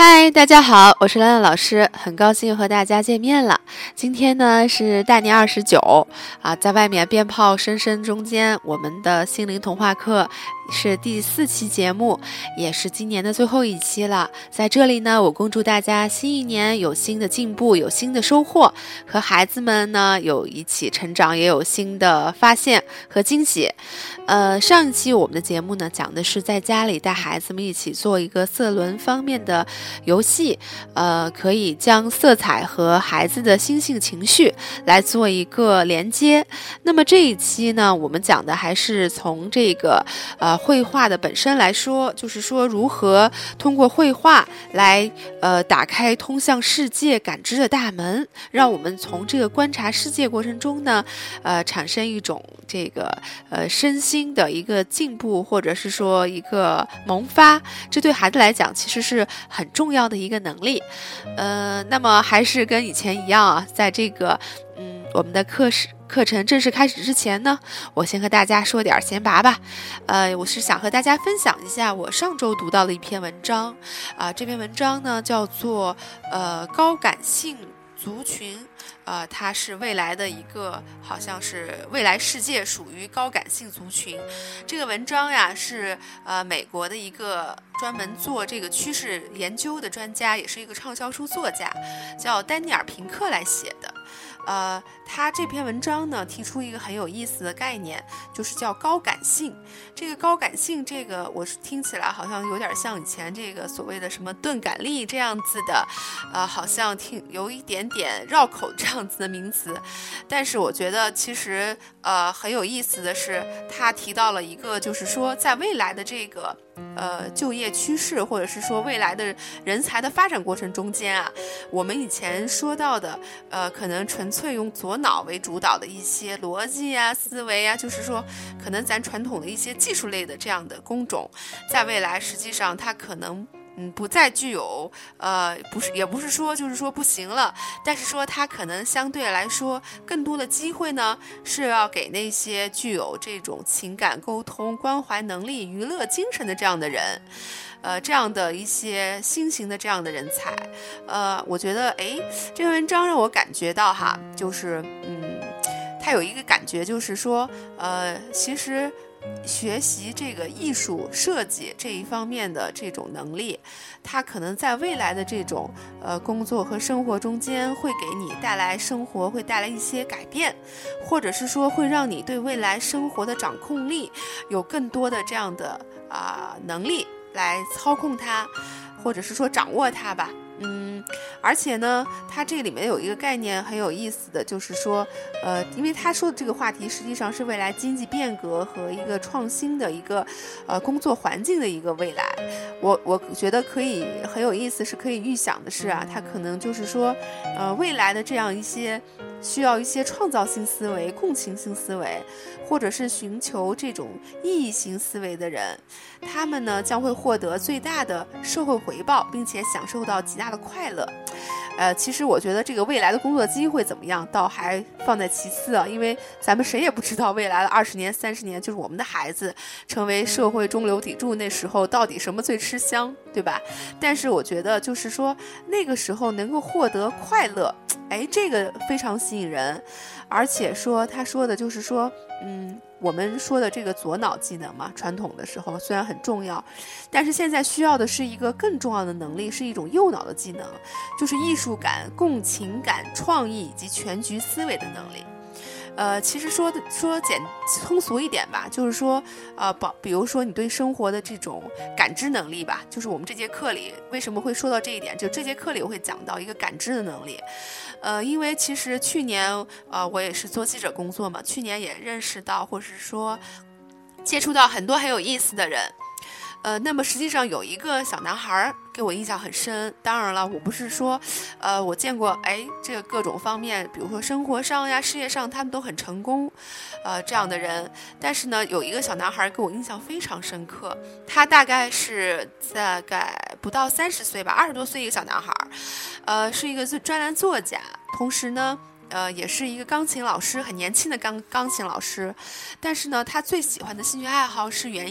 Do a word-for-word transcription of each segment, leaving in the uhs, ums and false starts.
嗨，大家好，我是兰兰老师，很高兴和大家见面了。今天呢是大年二十九啊，在外面鞭炮声声中间，我们的心灵童话课是第四期节目，也是今年的最后一期了。在这里呢，我恭祝大家新一年有新的进步，有新的收获，和孩子们呢有一起成长，也有新的发现和惊喜。呃，上一期我们的节目呢讲的是在家里带孩子们一起做一个色轮方面的游戏，呃，可以将色彩和孩子的心性情绪来做一个连接。那么这一期呢，我们讲的还是从这个呃绘画的本身来说，就是说如何通过绘画来呃打开通向世界感知的大门，让我们从这个观察世界过程中呢，呃产生一种这个呃身心的一个进步，或者是说一个萌发，这对孩子来讲其实是很重要的一个能力。呃，那么还是跟以前一样啊，在这个嗯我们的课时课程正式开始之前呢，我先和大家说点闲拔吧。呃，我是想和大家分享一下我上周读到的一篇文章啊、呃，这篇文章呢叫做呃高感性族群。呃，它是未来的一个，好像是未来世界属于高感性族群。这个文章呀，是呃美国的一个专门做这个趋势研究的专家，也是一个畅销书作家，叫丹尼尔·平克来写的。呃，他这篇文章呢提出一个很有意思的概念，就是叫高感性。这个高感性，这个我是听起来好像有点像以前这个所谓的什么钝感力这样子的，呃，好像听有一点点绕口这样子的名词。但是我觉得其实呃很有意思的是，他提到了一个，就是说在未来的这个呃就业趋势，或者是说未来的人才的发展过程中间啊，我们以前说到的呃可能纯粹用左脑为主导的一些逻辑啊思维啊，就是说可能咱传统的一些技术类的这样的工种，在未来实际上它可能嗯，不再具有，呃，不是，也不是说就是说不行了，但是说它可能相对来说更多的机会呢，是要给那些具有这种情感沟通、关怀能力、娱乐精神的这样的人，呃，这样的一些新型的这样的人才，呃，我觉得，哎，这篇文章让我感觉到哈，就是，嗯，它有一个感觉，就是说，呃，其实。学习这个艺术设计这一方面的这种能力，它可能在未来的这种呃工作和生活中间会给你带来生活会带来一些改变，或者是说会让你对未来生活的掌控力有更多的这样的啊、呃、能力来操控它，或者是说掌握它吧。嗯，而且呢，它这里面有一个概念很有意思的，就是说，呃，因为他说的这个话题实际上是未来经济变革和一个创新的一个，呃，工作环境的一个未来。我我觉得可以很有意思，是可以预想的是啊，它可能就是说，呃，未来的这样一些需要一些创造性思维、共情性思维，或者是寻求这种意义型思维的人，他们呢将会获得最大的社会回报，并且享受到极大的快乐。呃，其实我觉得这个未来的工作机会怎么样，倒还放在其次啊，因为咱们谁也不知道未来的二十年、三十年，就是我们的孩子成为社会中流砥柱，那时候到底什么最吃香，对吧？但是我觉得就是说那个时候能够获得快乐，哎，这个非常吸引人。而且说他说的就是说，嗯，我们说的这个左脑技能嘛，传统的时候虽然很重要，但是现在需要的是一个更重要的能力，是一种右脑的技能，就是艺术感、共情感、创意以及全局思维的能力。呃，其实说的说简通俗一点吧，就是说，呃，比如说你对生活的这种感知能力吧，就是我们这节课里为什么会说到这一点，就这节课里我会讲到一个感知的能力。呃，因为其实去年，呃，我也是做记者工作嘛，去年也认识到，或是说接触到很多很有意思的人。呃，那么实际上有一个小男孩给我印象很深。当然了，我不是说，呃，我见过，哎，这个各种方面，比如说生活上呀、事业上，他们都很成功，呃，这样的人。但是呢，有一个小男孩给我印象非常深刻。他大概是大概不到三十岁吧，二十多岁一个小男孩，呃，是一个专栏作家，同时呢。呃，也是一个钢琴老师，很年轻的钢钢琴老师，但是呢，他最喜欢的兴趣爱好是园艺。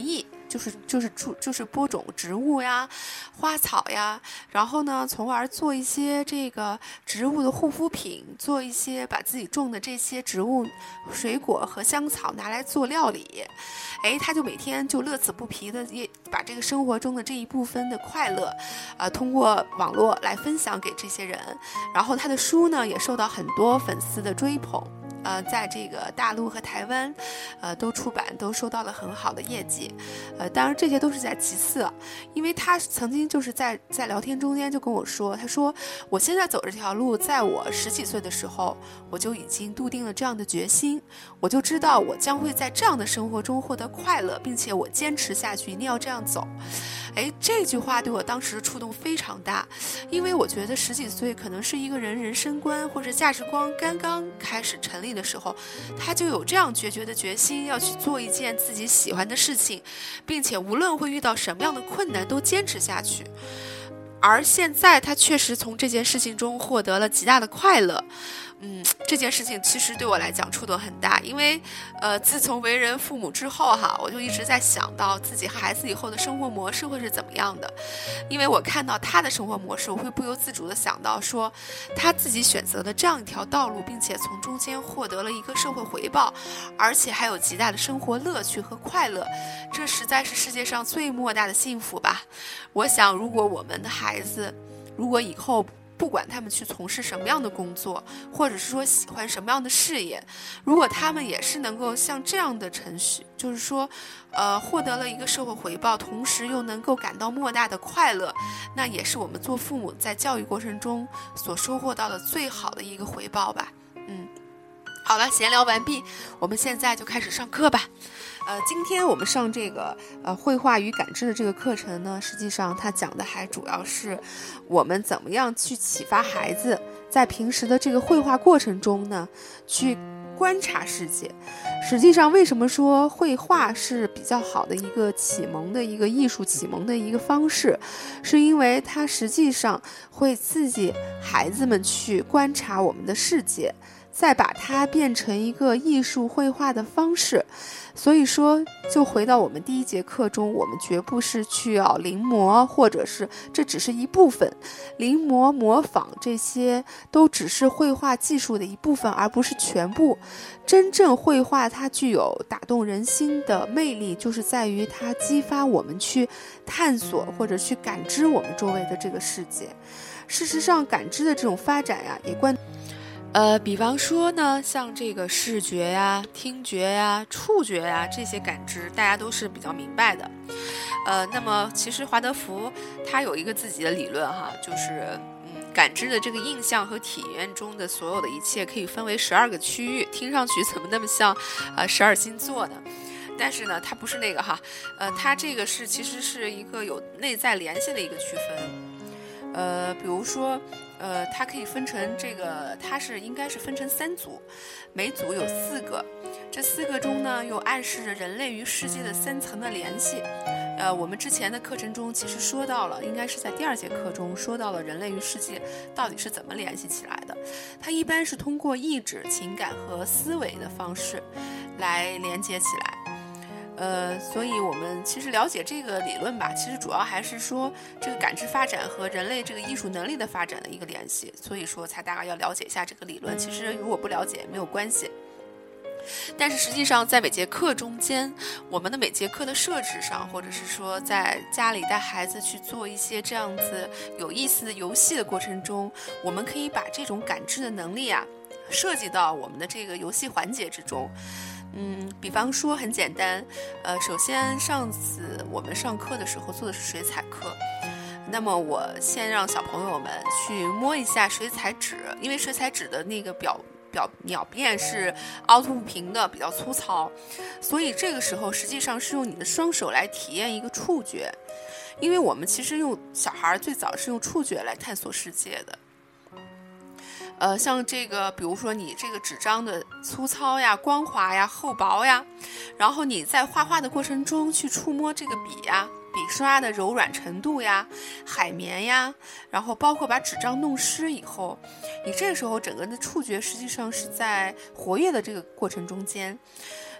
就是就是就是播种植物呀、花草呀，然后呢，从而做一些这个植物的护肤品，做一些把自己种的这些植物、水果和香草拿来做料理。哎，他就每天就乐此不疲的也把这个生活中的这一部分的快乐，呃，通过网络来分享给这些人。然后他的书呢，也受到很多粉丝的追捧。呃，在这个大陆和台湾，呃，都出版，都收到了很好的业绩。呃，当然这些都是在其次，因为他曾经就是在在聊天中间就跟我说，他说我现在走这条路，在我十几岁的时候，我就已经笃定了这样的决心，我就知道我将会在这样的生活中获得快乐，并且我坚持下去，一定要这样走。哎，这句话对我当时触动非常大，因为我觉得十几岁可能是一个人人生观或者价值观刚刚开始成立的时候，他就有这样决绝的决心要去做一件自己喜欢的事情，并且无论会遇到什么样的困难都坚持下去。而现在他确实从这件事情中获得了极大的快乐。嗯，这件事情其实对我来讲触动很大，因为呃，自从为人父母之后哈，我就一直在想到自己孩子以后的生活模式会是怎么样的。因为我看到他的生活模式，我会不由自主地想到说，他自己选择的这样一条道路，并且从中间获得了一个社会回报，而且还有极大的生活乐趣和快乐，这实在是世界上最莫大的幸福吧。我想，如果我们的孩子，如果以后不管他们去从事什么样的工作，或者是说喜欢什么样的事业，如果他们也是能够像这样的程序，就是说呃，获得了一个社会回报，同时又能够感到莫大的快乐，那也是我们做父母在教育过程中所收获到的最好的一个回报吧。嗯，好了，闲聊完毕，我们现在就开始上课吧。呃，今天我们上这个呃绘画与感知的这个课程呢，实际上它讲的还主要是我们怎么样去启发孩子，在平时的这个绘画过程中呢，去观察世界。实际上，为什么说绘画是比较好的一个启蒙的一个艺术启蒙的一个方式，是因为它实际上会刺激孩子们去观察我们的世界，再把它变成一个艺术绘画的方式。所以说，就回到我们第一节课中，我们绝不是去要临摹，或者是这只是一部分，临摹模仿这些都只是绘画技术的一部分，而不是全部。真正绘画它具有打动人心的魅力，就是在于它激发我们去探索或者去感知我们周围的这个世界。事实上，感知的这种发展呀，也关呃，比方说呢，像这个视觉呀、听觉呀、触觉呀这些感知，大家都是比较明白的。呃，那么其实华德福他有一个自己的理论哈，就是嗯，感知的这个印象和体验中的所有的一切可以分为十二个区域。听上去怎么那么像呃十二星座呢？但是呢，它不是那个哈，呃，它这个是其实是一个有内在联系的一个区分。呃，比如说，呃，它可以分成这个，它是应该是分成三组，每组有四个，这四个中呢，又暗示着人类与世界的三层的联系。呃，我们之前的课程中其实说到了，应该是在第二节课中说到了人类与世界到底是怎么联系起来的。它一般是通过意志、情感和思维的方式来连接起来。呃，所以我们其实了解这个理论吧，其实主要还是说这个感知发展和人类这个艺术能力的发展的一个联系，所以说才大概要了解一下这个理论。其实如果不了解也没有关系。但是实际上在每节课中间，我们的每节课的设置上，或者是说在家里带孩子去做一些这样子有意思的游戏的过程中，我们可以把这种感知的能力啊设计到我们的这个游戏环节之中。嗯，比方说很简单，呃，首先上次我们上课的时候做的是水彩课，那么我先让小朋友们去摸一下水彩纸，因为水彩纸的那个表表表面是凹凸不平的，比较粗糙，所以这个时候实际上是用你的双手来体验一个触觉，因为我们其实用小孩最早是用触觉来探索世界的。呃，像这个，比如说你这个纸张的粗糙呀、光滑呀、厚薄呀，然后你在画画的过程中去触摸这个笔呀、笔刷的柔软程度呀、海绵呀，然后包括把纸张弄湿以后，你这个时候整个的触觉实际上是在活跃的这个过程中间。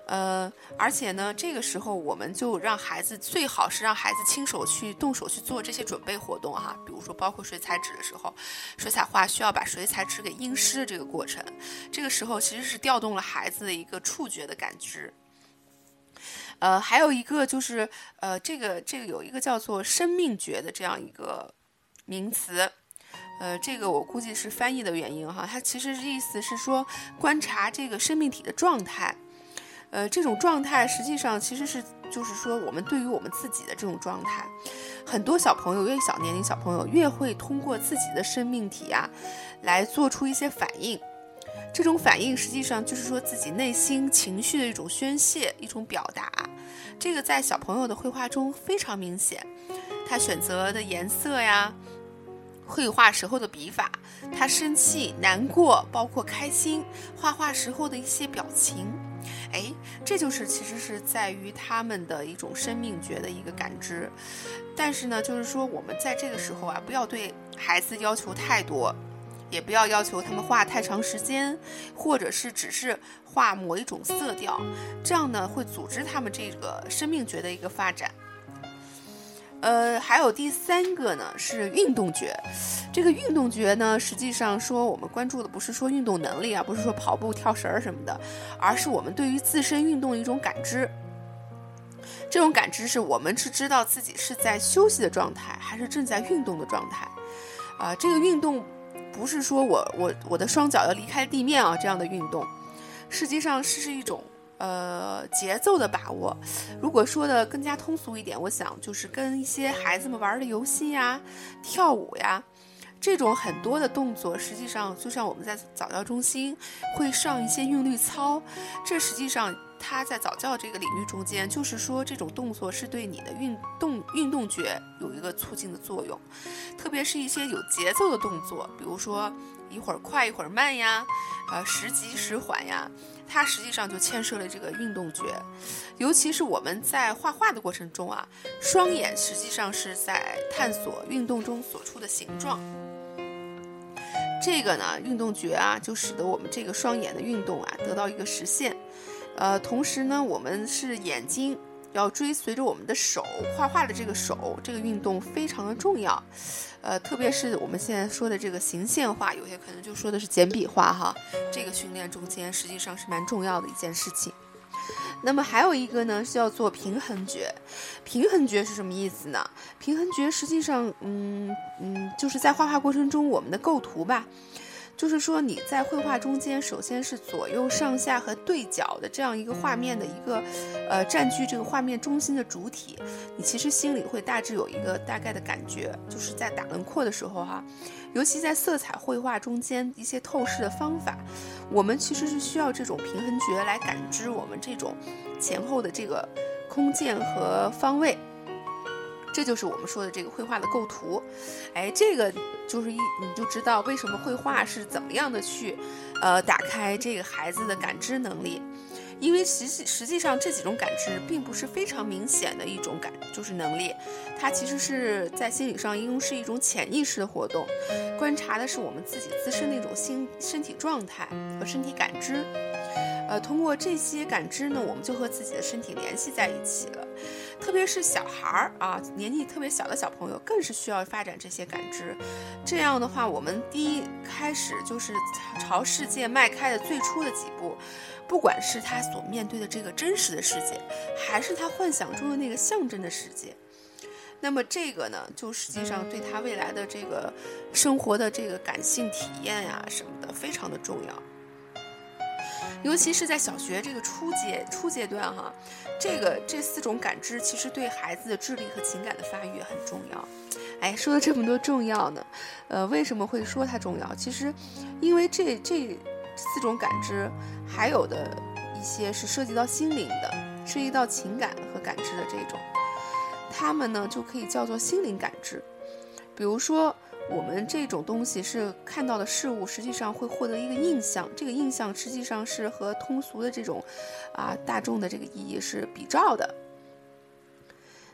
呃，而且呢，这个时候我们就让孩子，最好是让孩子亲手去动手去做这些准备活动哈，比如说包括水彩纸的时候，水彩画需要把水彩纸给阴湿的这个过程，这个时候其实是调动了孩子的一个触觉的感知。呃，还有一个就是，呃，这个这个有一个叫做生命觉的这样一个名词，呃，这个我估计是翻译的原因哈，它其实意思是说观察这个生命体的状态，呃，这种状态实际上其实是就是说我们对于我们自己的这种状态，很多小朋友越小年龄小朋友越会通过自己的生命体啊，来做出一些反应。这种反应实际上就是说自己内心情绪的一种宣泄，一种表达。这个在小朋友的绘画中非常明显，他选择的颜色呀，绘画时候的笔法，他生气、难过，包括开心，画画时候的一些表情，哎，这就是其实是在于他们的一种生命觉的一个感知。但是呢，就是说我们在这个时候啊，不要对孩子要求太多，也不要要求他们画太长时间，或者是只是画某一种色调，这样呢会阻止他们这个生命觉的一个发展。呃，还有第三个呢是运动觉。这个运动觉呢，实际上说我们关注的不是说运动能力啊，不是说跑步、跳绳什么的，而是我们对于自身运动的一种感知。这种感知是我们是知道自己是在休息的状态，还是正在运动的状态。啊、呃，这个运动不是说我我我的双脚要离开地面啊这样的运动，实际上是一种呃节奏的把握。如果说的更加通俗一点，我想就是跟一些孩子们玩的游戏呀、跳舞呀，这种很多的动作，实际上就像我们在早教中心会上一些韵律操，这实际上它在早教这个领域中间，就是说这种动作是对你的运动运动觉有一个促进的作用，特别是一些有节奏的动作，比如说一会儿快一会儿慢呀，呃时急时缓呀，它实际上就牵涉了这个运动觉。尤其是我们在画画的过程中啊，双眼实际上是在探索运动中所处的形状。这个呢，运动觉啊，就使得我们这个双眼的运动啊得到一个实现。呃，同时呢，我们是眼睛要追随着我们的手，画画的这个手，这个运动非常的重要。呃，特别是我们现在说的这个行线画，有些可能就说的是简笔画哈，这个训练中间实际上是蛮重要的一件事情。那么还有一个呢，是叫做平衡觉。平衡觉是什么意思呢？平衡觉实际上，嗯嗯，就是在画画过程中我们的构图吧。就是说你在绘画中间，首先是左右上下和对角的这样一个画面的一个呃占据这个画面中心的主体，你其实心里会大致有一个大概的感觉，就是在打轮廓的时候哈，尤其在色彩绘画中间一些透视的方法，我们其实是需要这种平衡觉来感知我们这种前后的这个空间和方位。这就是我们说的这个绘画的构图。哎，这个就是一你就知道为什么绘画是怎么样的去呃打开这个孩子的感知能力。因为实际实际上这几种感知并不是非常明显的一种感就是能力，它其实是在心理上应用是一种潜意识的活动，观察的是我们自己自身的一种心身体状态和身体感知。呃，通过这些感知呢，我们就和自己的身体联系在一起了。特别是小孩儿啊，年纪特别小的小朋友，更是需要发展这些感知。这样的话，我们第一开始就是朝世界迈开的最初的几步，不管是他所面对的这个真实的世界，还是他幻想中的那个象征的世界。那么这个呢，就实际上对他未来的这个生活的这个感性体验呀、啊、什么的，非常的重要。尤其是在小学这个初阶初阶段哈，这个这四种感知其实对孩子的智力和情感的发育也很重要。哎，说了这么多重要呢，呃，为什么会说它重要？其实，因为这这四种感知，还有的一些是涉及到心灵的，涉及到情感和感知的这种，它们呢就可以叫做心灵感知。比如说，我们这种东西是看到的事物，实际上会获得一个印象，这个印象实际上是和通俗的这种啊大众的这个意义是比照的。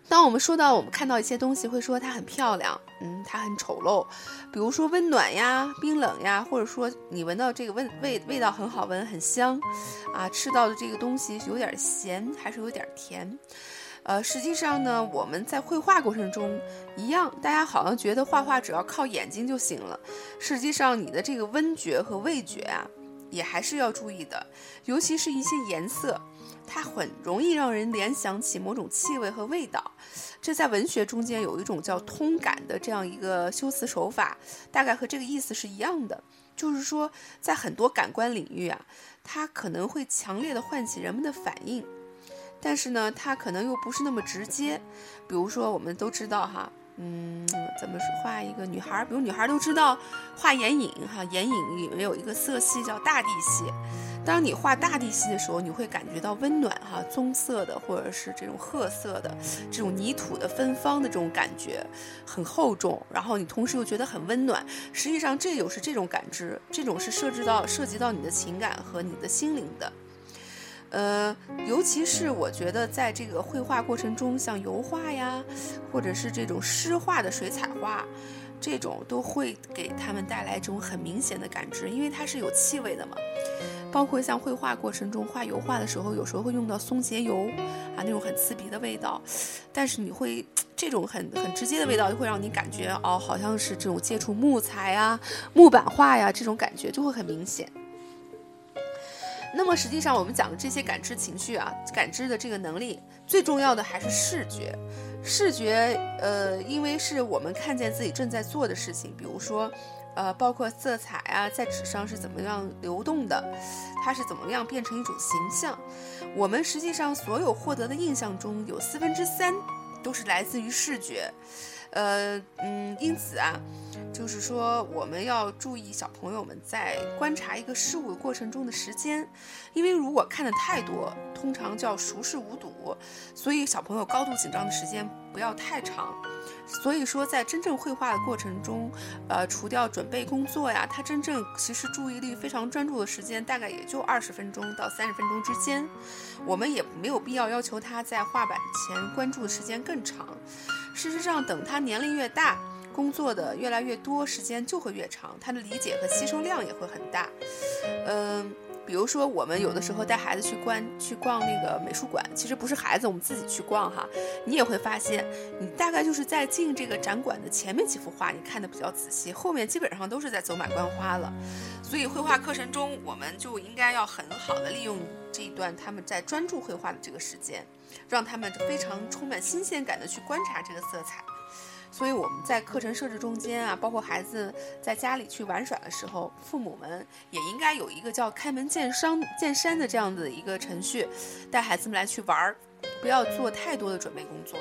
当我们说到我们看到一些东西会说它很漂亮，嗯，它很丑陋，比如说温暖呀、冰冷呀，或者说你闻到这个味味味道很好闻、很香啊，吃到的这个东西有点咸还是有点甜。呃，实际上呢，我们在绘画过程中一样，大家好像觉得画画只要靠眼睛就行了，实际上你的这个温觉和味觉啊，也还是要注意的，尤其是一些颜色，它很容易让人联想起某种气味和味道。这在文学中间有一种叫通感的这样一个修辞手法，大概和这个意思是一样的，就是说在很多感官领域啊，它可能会强烈的唤起人们的反应，但是呢，它可能又不是那么直接。比如说我们都知道哈，嗯，怎么说画一个女孩，比如女孩都知道画眼影哈，眼影里面有一个色系叫大地系。当你画大地系的时候，你会感觉到温暖哈，棕色的或者是这种褐色的这种泥土的芬芳的这种感觉很厚重，然后你同时又觉得很温暖。实际上这就是这种感知，这种是涉及到涉及到你的情感和你的心灵的。呃，尤其是我觉得在这个绘画过程中，像油画呀，或者是这种湿画的水彩画，这种都会给他们带来这种很明显的感知，因为它是有气味的嘛。包括像绘画过程中画油画的时候，有时候会用到松节油啊，那种很刺鼻的味道，但是你会这种很很直接的味道就会让你感觉哦，好像是这种接触木材啊、木板画呀，这种感觉就会很明显。那么实际上我们讲的这些感知情绪啊，感知的这个能力，最重要的还是视觉。视觉呃，因为是我们看见自己正在做的事情，比如说呃，包括色彩啊，在纸上是怎么样流动的，它是怎么样变成一种形象。我们实际上所有获得的印象中有四分之三都是来自于视觉。呃嗯，因此啊，就是说我们要注意小朋友们在观察一个事物的过程中的时间，因为如果看得太多，通常叫熟视无睹，所以小朋友高度紧张的时间不要太长。所以说在真正绘画的过程中，呃，除掉准备工作呀，他真正其实注意力非常专注的时间大概也就二十分钟到三十分钟之间，我们也没有必要要求他在画板前关注的时间更长。事实上，等他年龄越大，工作的越来越多，时间就会越长，他的理解和吸收量也会很大。嗯，比如说我们有的时候带孩子去逛去逛那个美术馆，其实不是孩子，我们自己去逛哈，你也会发现，你大概就是在进这个展馆的前面几幅画，你看得比较仔细，后面基本上都是在走马观花了。所以绘画课程中，我们就应该要很好的利用这一段他们在专注绘画的这个时间，让他们非常充满新鲜感的去观察这个色彩。所以我们在课程设置中间啊，包括孩子在家里去玩耍的时候，父母们也应该有一个叫开门见山见山的这样的一个程序，带孩子们来去玩，不要做太多的准备工作。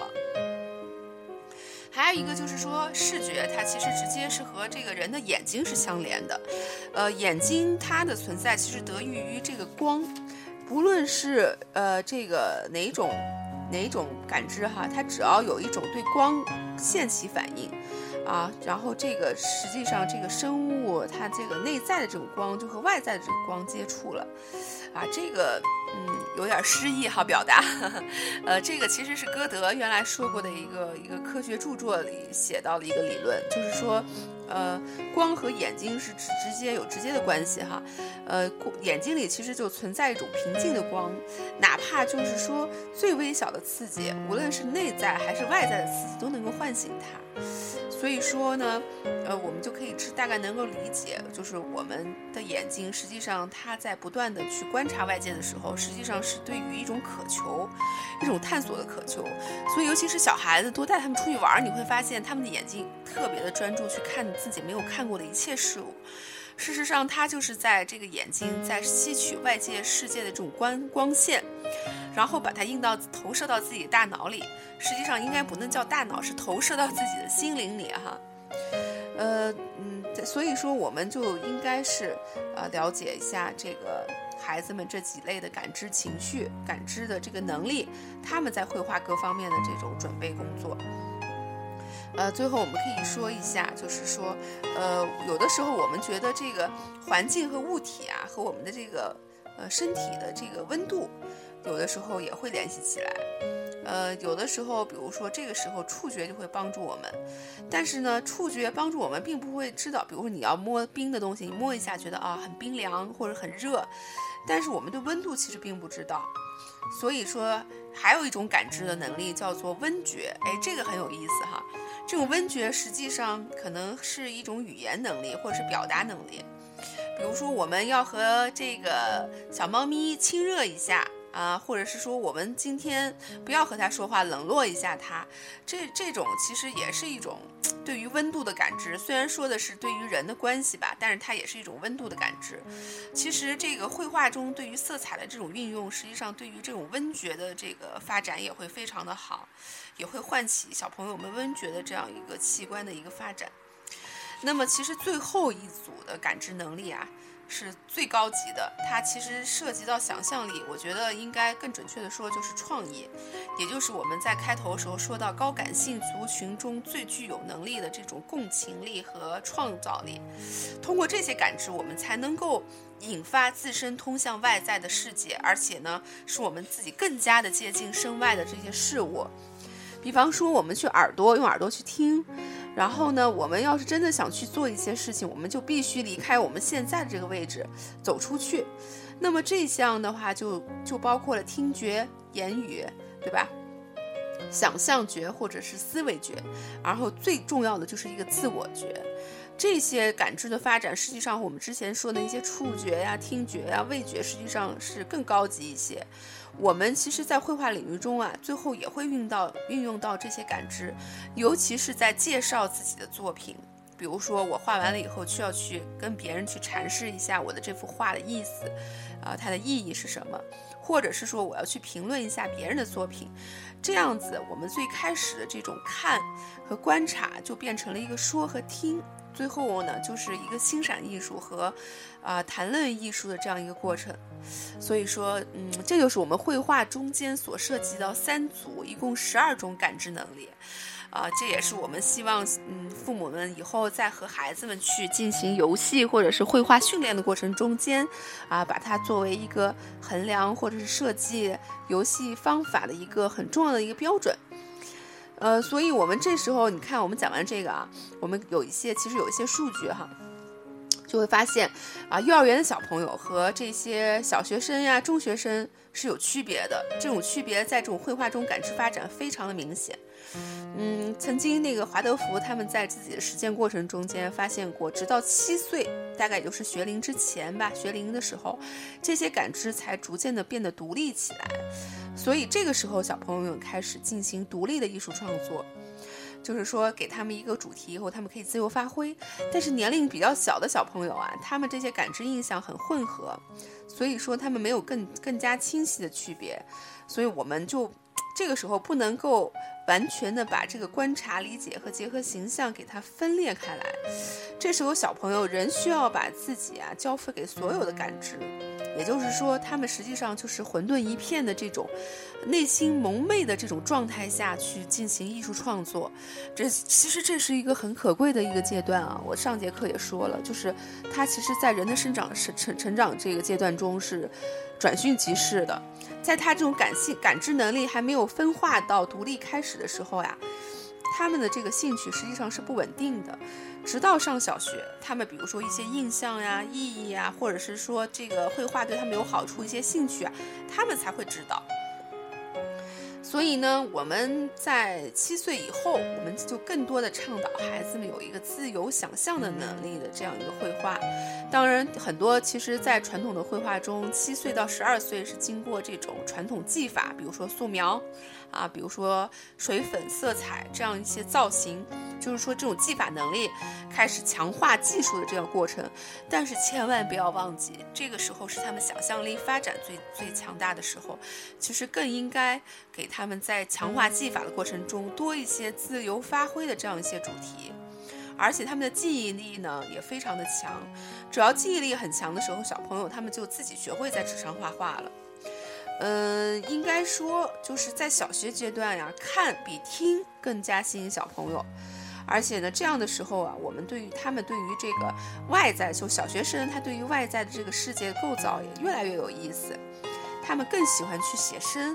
还有一个就是说，视觉它其实直接是和这个人的眼睛是相连的，呃，眼睛它的存在其实得益于这个光，不论是呃这个哪种哪种感知哈，它只要有一种对光线起反应啊，然后这个实际上这个生物它这个内在的这种光就和外在的这个光接触了啊，这个嗯有点诗意哈表达，呵呵呃这个其实是歌德原来说过的一个一个科学著作里写到的一个理论，就是说呃光和眼睛是直直接有直接的关系哈，呃眼睛里其实就存在一种平静的光，哪怕就是说最微小的刺激，无论是内在还是外在的刺激都能够唤醒它。所以说呢，呃，我们就可以大概能够理解，就是我们的眼睛实际上它在不断的去观察外界的时候，实际上是对于一种渴求，一种探索的渴求。所以尤其是小孩子，多带他们出去玩，你会发现他们的眼睛特别的专注去看自己没有看过的一切事物。事实上，它就是在这个眼睛在吸取外界世界的这种光光线，然后把它映到投射到自己大脑里。实际上应该不能叫大脑，是投射到自己的心灵里哈。呃嗯，所以说我们就应该是呃了解一下这个孩子们这几类的感知情绪、感知的这个能力，他们在绘画各方面的这种准备工作。呃，最后我们可以说一下，就是说，呃，有的时候我们觉得这个环境和物体啊，和我们的这个呃身体的这个温度，有的时候也会联系起来。 呃，有的时候，比如说这个时候触觉就会帮助我们，但是呢，触觉帮助我们并不会知道，比如说你要摸冰的东西，你摸一下觉得啊很冰凉或者很热，但是我们对温度其实并不知道。所以说还有一种感知的能力叫做温觉，哎，这个很有意思哈。这种温觉实际上可能是一种语言能力或者是表达能力。比如说我们要和这个小猫咪亲热一下啊，或者是说我们今天不要和它说话，冷落一下它，这这种其实也是一种对于温度的感知。虽然说的是对于人的关系吧，但是它也是一种温度的感知。其实这个绘画中对于色彩的这种运用，实际上对于这种温觉的这个发展也会非常的好，也会唤起小朋友们温觉的这样一个器官的一个发展。那么其实最后一组的感知能力啊，是最高级的，它其实涉及到想象力，我觉得应该更准确的说就是创意，也就是我们在开头的时候说到高感性族群中最具有能力的这种共情力和创造力。通过这些感知，我们才能够引发自身通向外在的世界，而且呢，使我们自己更加的接近身外的这些事物。比方说我们去耳朵用耳朵去听，然后呢，我们要是真的想去做一些事情，我们就必须离开我们现在的这个位置，走出去。那么这项的话就就包括了听觉、言语，对吧？想象觉或者是思维觉，然后最重要的就是一个自我觉。这些感知的发展，实际上我们之前说的一些触觉呀、听觉呀、味觉，实际上是更高级一些。我们其实在绘画领域中啊，最后也会运到运用到这些感知，尤其是在介绍自己的作品。比如说我画完了以后，需要去跟别人去阐释一下我的这幅画的意思，啊、呃，它的意义是什么，或者是说我要去评论一下别人的作品。这样子，我们最开始的这种看和观察，就变成了一个说和听。最后呢，就是一个欣赏艺术和啊、呃、谈论艺术的这样一个过程。所以说，嗯，这就是我们绘画中间所涉及到三组，一共十二种感知能力。啊、呃，这也是我们希望，嗯，父母们以后在和孩子们去进行游戏或者是绘画训练的过程中间，啊、呃，把它作为一个衡量或者是设计游戏方法的一个很重要的一个标准。呃，所以我们这时候你看，我们讲完这个啊，我们有一些其实有一些数据哈，就会发现啊，幼儿园的小朋友和这些小学生呀、中学生是有区别的。这种区别在这种绘画中感知发展非常的明显。嗯，曾经那个华德福他们在自己的实践过程中间发现过，直到七岁，大概也就是学龄之前吧，学龄的时候，这些感知才逐渐的变得独立起来。所以这个时候，小朋友们开始进行独立的艺术创作。就是说给他们一个主题以后，他们可以自由发挥。但是年龄比较小的小朋友啊，他们这些感知印象很混合，所以说他们没有更更加清晰的区别。所以我们就这个时候不能够完全的把这个观察、理解和结合形象给它分裂开来。这时候小朋友仍需要把自己啊交付给所有的感知，也就是说他们实际上就是混沌一片的这种内心蒙昧的这种状态下去进行艺术创作。这其实这是一个很可贵的一个阶段啊，我上节课也说了，就是它其实在人的生长成成长这个阶段中是转瞬即逝的。在他这种感性感知能力还没有分化到独立开始的时候呀，他们的这个兴趣实际上是不稳定的。直到上小学，他们比如说一些印象呀、意义呀，或者是说这个绘画对他们有好处一些兴趣啊，他们才会知道。所以呢，我们在七岁以后，我们就更多的倡导孩子们有一个自由想象的能力的这样一个绘画。当然，很多其实在传统的绘画中，七岁到十二岁是经过这种传统技法，比如说素描啊，比如说水粉、色彩这样一些造型，就是说这种技法能力开始强化技术的这样过程。但是千万不要忘记，这个时候是他们想象力发展最最强大的时候，其实更应该给他们在强化技法的过程中多一些自由发挥的这样一些主题。而且他们的记忆力呢也非常的强，只要记忆力很强的时候，小朋友他们就自己学会在纸上画画了。嗯，应该说就是在小学阶段呀，看比听更加吸引小朋友。而且呢，这样的时候啊，我们对于他们对于这个外在，就小学生他对于外在的这个世界构造也越来越有意思，他们更喜欢去写生啊，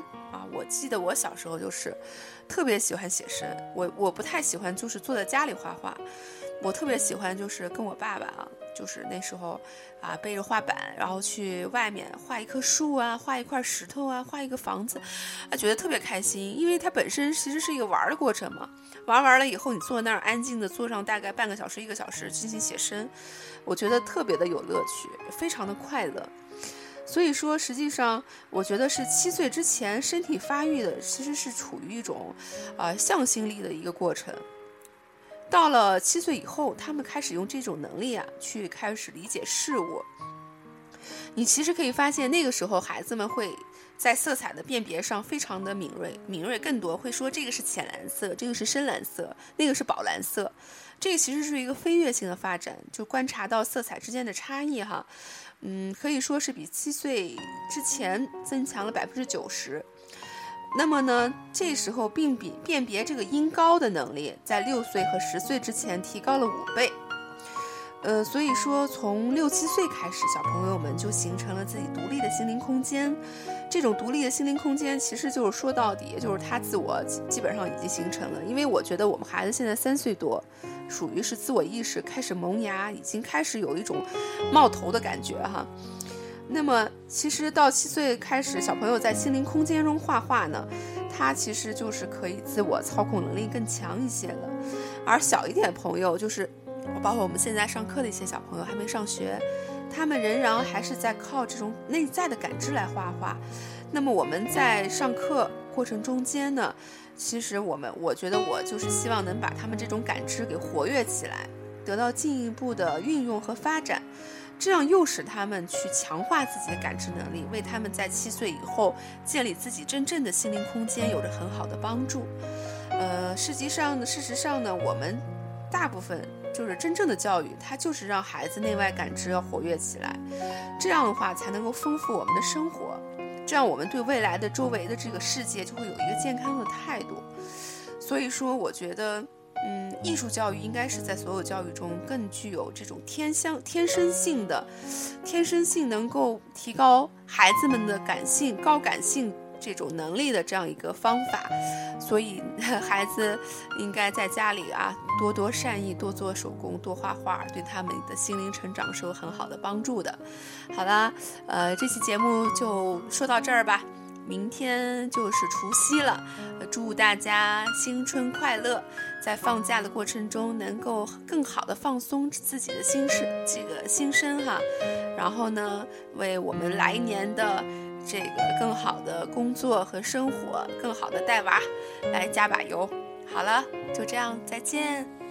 我记得我小时候就是特别喜欢写生，我我不太喜欢就是坐在家里画画，我特别喜欢就是跟我爸爸啊，就是那时候啊背着画板，然后去外面画一棵树啊，画一块石头啊，画一个房子，啊觉得特别开心，因为它本身其实是一个玩的过程嘛，玩完了以后你坐那儿安静的坐上大概半个小时一个小时进行写生，我觉得特别的有乐趣，非常的快乐。所以说实际上我觉得是七岁之前身体发育的其实是处于一种啊、呃、向心力的一个过程，到了七岁以后他们开始用这种能力啊去开始理解事物。你其实可以发现那个时候孩子们会在色彩的辨别上非常的敏锐，敏锐更多，会说这个是浅蓝色，这个是深蓝色，那个是宝蓝色，这个其实是一个飞跃性的发展，就观察到色彩之间的差异哈。嗯，可以说是比七岁之前增强了百分之九十。那么呢，这时候并比辨别这个音高的能力，在六岁和十岁之前提高了五倍。呃，所以说从六七岁开始，小朋友们就形成了自己独立的心灵空间。这种独立的心灵空间，其实就是说到底，就是他自我基本上已经形成了。因为我觉得我们孩子现在三岁多，属于是自我意识开始萌芽，已经开始有一种冒头的感觉哈。那么其实到七岁开始，小朋友在心灵空间中画画呢，他其实就是可以自我操控能力更强一些了。而小一点的朋友，就是包括我们现在上课的一些小朋友还没上学，他们仍然还是在靠这种内在的感知来画画。那么我们在上课过程中间呢，其实我们我觉得我就是希望能把他们这种感知给活跃起来，得到进一步的运用和发展，这样又使他们去强化自己的感知能力，为他们在七岁以后建立自己真正的心灵空间有着很好的帮助。呃，实际上呢，事实上呢，我们大部分就是真正的教育，它就是让孩子内外感知要活跃起来，这样的话才能够丰富我们的生活，这样我们对未来的周围的这个世界就会有一个健康的态度。所以说我觉得嗯，艺术教育应该是在所有教育中更具有这种天相天生性的天生性能够提高孩子们的感性高感性这种能力的这样一个方法。所以孩子应该在家里啊多多善意，多做手工，多画画，对他们的心灵成长是有很好的帮助的。好啦，呃，这期节目就说到这儿吧。明天就是除夕了，祝大家新春快乐，在放假的过程中能够更好的放松自己的心事这个心身哈，然后呢为我们来年的这个更好的工作和生活，更好的带娃来加把油。好了，就这样，再见。